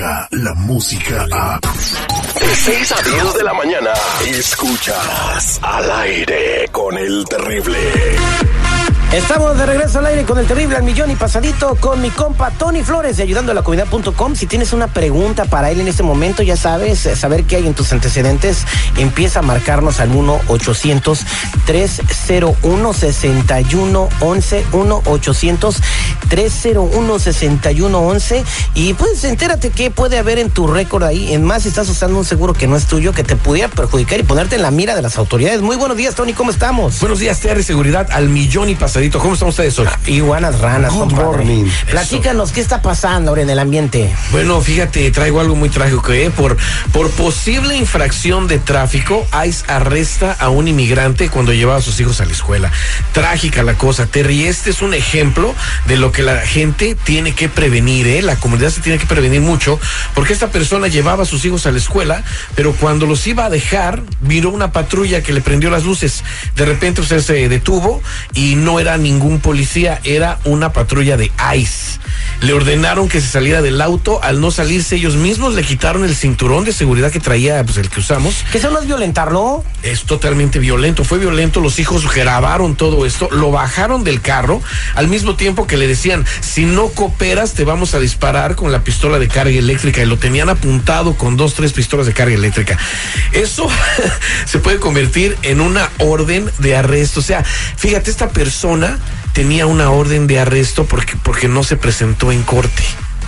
Llega la música a... De 6 a 10 de la mañana, escuchas Al Aire con el Terrible. Estamos de regreso al aire con el Terrible al millón y pasadito con mi compa Tony Flores de ayudandoalacomunidad.com. Si tienes una pregunta para él en este momento, ya sabes, saber qué hay en tus antecedentes, empieza a marcarnos al 1-800-301-6111, 1-800-301-6111, y pues entérate qué puede haber en tu récord ahí. En más, si estás usando un seguro que no es tuyo, que te pudiera perjudicar y ponerte en la mira de las autoridades. Muy buenos días, Tony, ¿cómo estamos? Buenos días, TR Seguridad al millón y pasadito. ¿Cómo están ustedes hoy? Iguanas ranas, Good compadre. morning. Platícanos, ¿qué está pasando ahora en el ambiente? Bueno, fíjate, traigo algo muy trágico, por posible infracción de tráfico, ICE arresta a un inmigrante cuando llevaba a sus hijos a la escuela. Trágica la cosa, Terry. Este es un ejemplo de lo que la gente tiene que prevenir, La comunidad se tiene que prevenir mucho, porque esta persona llevaba a sus hijos a la escuela, pero cuando los iba a dejar, miró una patrulla que le prendió las luces. De repente usted se detuvo y no era ningún policía, era una patrulla de ICE. Le ordenaron que se saliera del auto. Al no salirse ellos mismos, le quitaron el cinturón de seguridad que traía, pues el que usamos. ¿Qué eso no es violentarlo? Es totalmente violento, fue violento. Los hijos grabaron todo esto, lo bajaron del carro, al mismo tiempo que le decían, si no cooperas te vamos a disparar con la pistola de carga eléctrica, y lo tenían apuntado con 2-3 pistolas de carga eléctrica. Eso se puede convertir en una orden de arresto. O sea, fíjate, esta persona tenía una orden de arresto porque no se presentó en corte.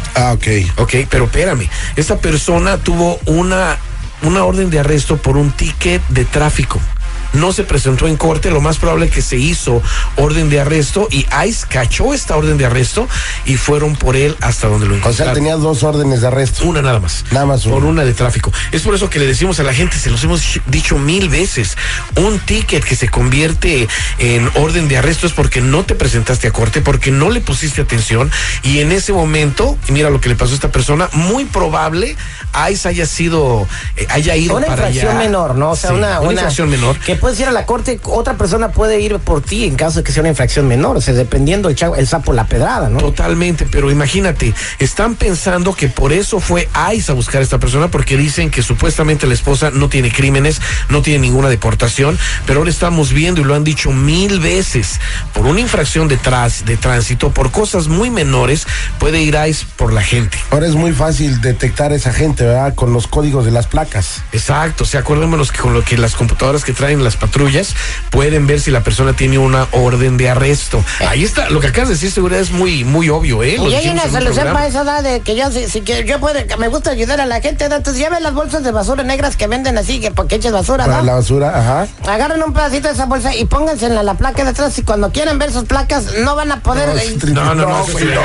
Ok, pero espérame, esta persona tuvo una orden de arresto por un ticket de tráfico. No se presentó en corte, lo más probable es que se hizo orden de arresto y ICE cachó esta orden de arresto y fueron por él hasta donde lo encontraron. O sea, tenía 2 órdenes de arresto. Una nada más. Nada más una. Por una de tráfico. Es por eso que le decimos a la gente, se los hemos dicho 1000 veces, un ticket que se convierte en orden de arresto es porque no te presentaste a corte, porque no le pusiste atención, y en ese momento, mira lo que le pasó a esta persona, muy probable ICE haya ido una para allá. infracción menor, ¿no? O sea, Sí, una infracción menor. Que puedes ir a la corte, otra persona puede ir por ti en caso de que sea una infracción menor, o sea, dependiendo el sapo la pedrada, ¿no? Totalmente, pero imagínate, están pensando que por eso fue ICE a buscar a esta persona, porque dicen que supuestamente la esposa no tiene crímenes, no tiene ninguna deportación, pero ahora estamos viendo, y lo han dicho 1000 veces, por una infracción de tránsito, por cosas muy menores, puede ir ICE por la gente. Ahora es muy fácil detectar a esa gente, ¿verdad? Con los códigos de las placas. Exacto, o sea, acuérdenos que con lo que las computadoras que traen las patrullas pueden ver si la persona tiene una orden de arresto. Ahí está, lo que acabas de decir, seguridad, es muy, muy obvio, Y hay una solución para eso, de que yo, si que yo puedo, que me gusta ayudar a la gente, entonces lleven las bolsas de basura negras que venden así, que porque eches basura, Para ¿no? la basura, ajá. Agarren un pedacito de esa bolsa y pónganse en la placa de atrás, y cuando quieran ver sus placas, no van a poder... No.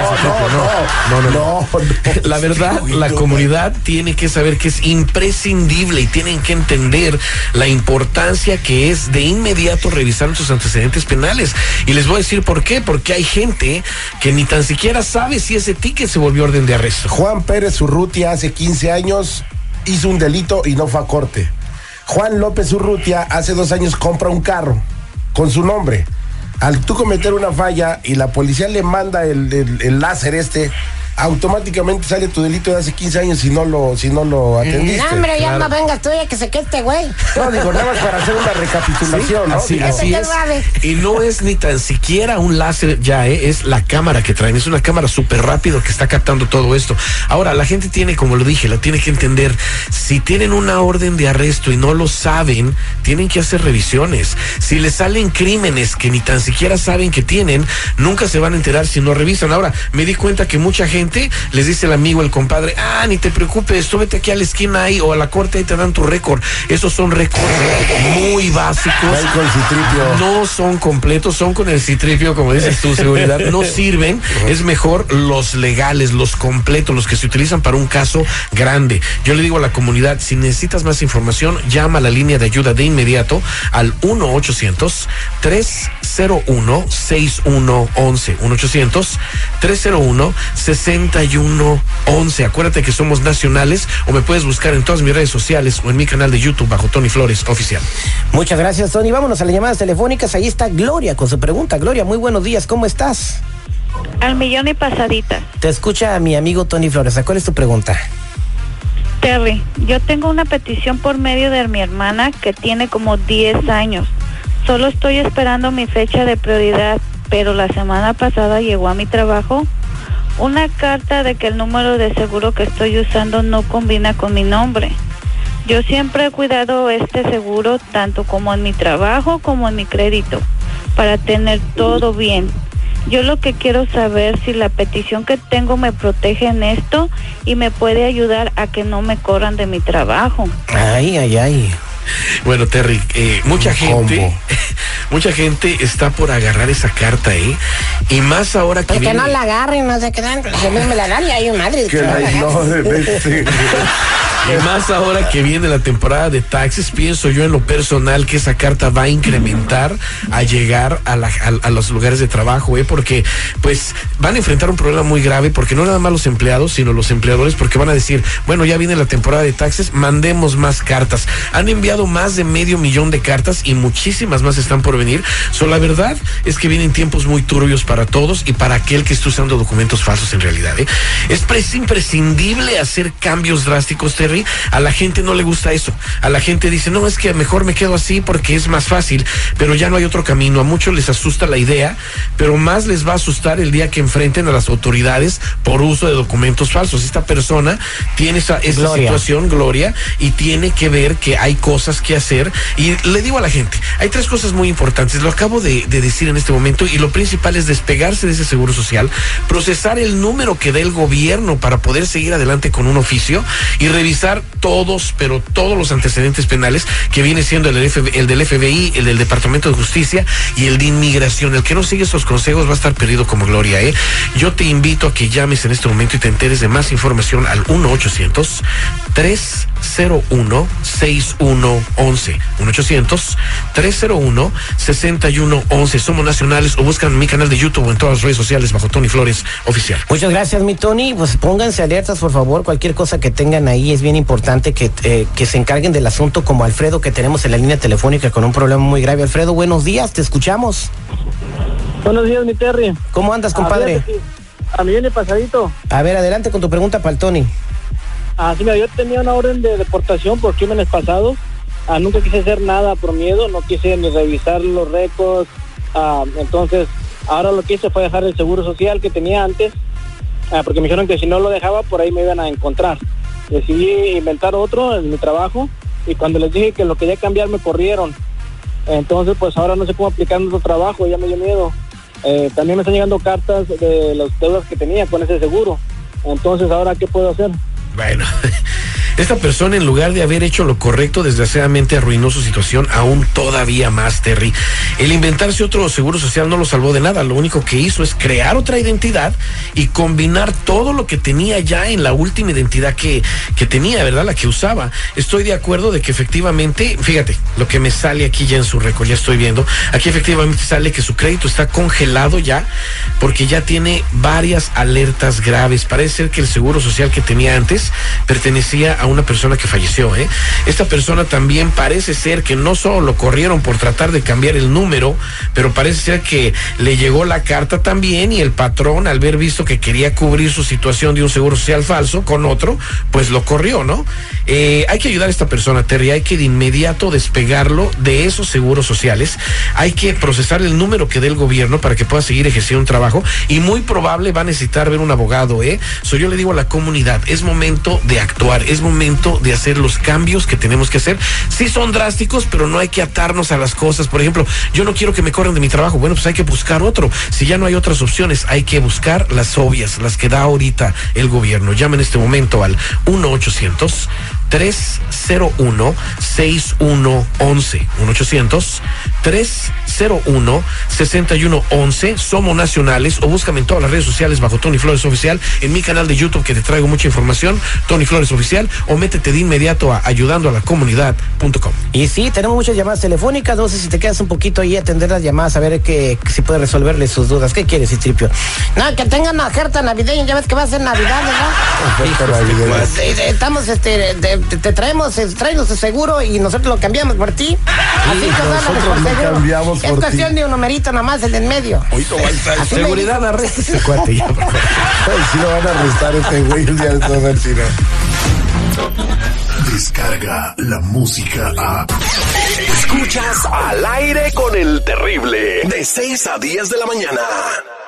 La verdad, la comunidad tiene que saber que es imprescindible y tienen que entender la importancia que es de inmediato revisar sus antecedentes penales. Y les voy a decir por qué, porque hay gente que ni tan siquiera sabe si ese ticket se volvió orden de arresto. Juan Pérez Urrutia hace 15 años hizo un delito y no fue a corte. Juan López Urrutia hace 2 años compra un carro con su nombre. Al tú cometer una falla y la policía le manda el láser automáticamente sale tu delito de hace 15 años si no lo atendiste. No, hombre, ya no vengas tú, ya que se quede este güey. No, digo, nada más para hacer una recapitulación, ¿no? Así es. Y no es ni tan siquiera un láser ya, es la cámara que traen. Es una cámara súper rápido que está captando todo esto. Ahora, la gente tiene, como lo dije, la tiene que entender. Si tienen una orden de arresto y no lo saben, tienen que hacer revisiones. Si les salen crímenes que ni tan siquiera saben que tienen, nunca se van a enterar si no revisan. Ahora, me di cuenta que mucha gente les dice el amigo, el compadre, ni te preocupes, tú vete aquí a la esquina ahí o a la corte, ahí te dan tu récord. Esos son récords muy básicos. No son completos, son con el citripio, como dices tú, seguridad. No sirven. Es mejor los legales, los completos, los que se utilizan para un caso grande. Yo le digo a la comunidad, si necesitas más información, llama a la línea de ayuda de inmediato al 1-800-301-6111. 1-800-301-6111. Acuérdate que somos nacionales, o me puedes buscar en todas mis redes sociales o en mi canal de YouTube bajo Tony Flores Oficial. Muchas gracias, Tony. Vámonos a las llamadas telefónicas. Ahí está Gloria con su pregunta. Gloria, muy buenos días, ¿cómo estás? Al millón y pasadita. Te escucha mi amigo Tony Flores. ¿Cuál es tu pregunta? Terry, yo tengo una petición por medio de mi hermana que tiene como 10 años. Solo estoy esperando mi fecha de prioridad, pero la semana pasada llegó a mi trabajo una carta de que el número de seguro que estoy usando no combina con mi nombre. Yo siempre he cuidado este seguro tanto como en mi trabajo como en mi crédito para tener todo bien. Yo lo que quiero saber si la petición que tengo me protege en esto y me puede ayudar a que no me corran de mi trabajo. Ay. Bueno, Terry, mucha gente está por agarrar esa carta, y más ahora que Pues viene... que no la agarren, no se quedan, se me la dan y hay madre. Que la ignore. Y más ahora que viene la temporada de taxes, pienso yo en lo personal que esa carta va a incrementar a llegar a los lugares de trabajo, porque pues van a enfrentar un problema muy grave, porque no nada más los empleados, sino los empleadores, porque van a decir, bueno, ya viene la temporada de taxes, mandemos más cartas. Han enviado más de 500,000 de cartas y muchísimas más están por venir. La verdad es que vienen tiempos muy turbios para todos y para aquel que esté usando documentos falsos en realidad. Es imprescindible hacer cambios drásticos, Terry. A la gente no le gusta eso. A la gente dice, no, es que mejor me quedo así porque es más fácil, pero ya no hay otro camino. A muchos les asusta la idea, pero más les va a asustar el día que enfrenten a las autoridades por uso de documentos falsos. Esta persona tiene esta situación, Gloria, y tiene que ver que hay cosas que hacer. Y le digo a la gente, hay 3 cosas muy importantes. Lo acabo de decir en este momento, y lo principal es despegarse de ese seguro social, procesar el número que dé el gobierno para poder seguir adelante con un oficio y revisar todos los antecedentes penales, que viene siendo el del FBI, el del Departamento de Justicia y el de Inmigración. El que no sigue esos consejos va a estar perdido como Gloria. Yo te invito a que llames en este momento y te enteres de más información al 1-800-301-6111. 1-800-301-6111. Somos nacionales, o buscan mi canal de YouTube o en todas las redes sociales bajo Tony Flores Oficial. Muchas gracias, mi Tony. Pues pónganse alertas, por favor. Cualquier cosa que tengan ahí es bien importante que se encarguen del asunto, como Alfredo, que tenemos en la línea telefónica con un problema muy grave. Alfredo, buenos días, te escuchamos. Buenos días, mi Terry. ¿Cómo andas, compadre? A mí viene pasadito. A ver, adelante con tu pregunta para el Tony. Sí, mira, yo tenía una orden de deportación por crímenes pasados. Nunca quise hacer nada por miedo, no quise ni revisar los récords. Entonces, ahora lo que hice fue dejar el seguro social que tenía antes, porque me dijeron que si no lo dejaba, por ahí me iban a encontrar. Decidí inventar otro en mi trabajo, y cuando les dije que lo quería cambiar, me corrieron. Entonces, pues ahora no sé cómo aplicar en otro trabajo, ya me dio miedo. También me están llegando cartas de las deudas que tenía con ese seguro. Entonces, ¿ahora qué puedo hacer? Bueno, esta persona, en lugar de haber hecho lo correcto, desgraciadamente arruinó su situación aún todavía más, Terry. El inventarse otro seguro social no lo salvó de nada. Lo único que hizo es crear otra identidad y combinar todo lo que tenía ya en la última identidad que tenía, ¿verdad? La que usaba. Estoy de acuerdo de que efectivamente, fíjate, lo que me sale aquí ya en su récord, ya estoy viendo, aquí efectivamente sale que su crédito está congelado ya, porque ya tiene varias alertas graves. Parece ser que el seguro social que tenía antes pertenecía a una persona que falleció. Esta persona también parece ser que no solo lo corrieron por tratar de cambiar el número, pero parece ser que le llegó la carta también, y el patrón, al ver visto que quería cubrir su situación de un seguro social falso con otro, pues lo corrió, ¿no? Hay que ayudar a esta persona, Terry. Hay que de inmediato despegarlo de esos seguros sociales. Hay que procesar el número que dé el gobierno para que pueda seguir ejerciendo un trabajo, y muy probable va a necesitar ver un abogado. Yo le digo a la comunidad, es momento de actuar, es momento de hacer los cambios que tenemos que hacer. Sí son drásticos, pero no hay que atarnos a las cosas. Por ejemplo, yo no quiero que me corran de mi trabajo. Bueno, pues hay que buscar otro. Si ya no hay otras opciones, hay que buscar las obvias, las que da ahorita el gobierno. Llama en este momento al 1-800-301-6111. 1-800-301-6111. Somos nacionales, o búscame en todas las redes sociales bajo Tony Flores Oficial, en mi canal de YouTube, que te traigo mucha información, Tony Flores Oficial, o métete de inmediato a ayudandoalacomunidad.com. Y sí, tenemos muchas llamadas telefónicas. No sé si te quedas un poquito ahí a atender las llamadas, a ver si puede resolverle sus dudas. ¿Qué quieres, Citripio? No, que tengan una oferta navideña, ya ves que va a ser Navidad, ¿verdad? Estamos, te traemos, tráenos tu seguro y nosotros lo cambiamos por ti. Así que nosotros lo cambiamos por ti. Es cuestión de un numerito nada más, el del medio. Seguridad, arresta ese cuate ya, por favor. Si lo van a arrestar este güey el día de todo el cine. Descarga la música a... Escuchas Al Aire con el Terrible, de 6 a 10 de la mañana.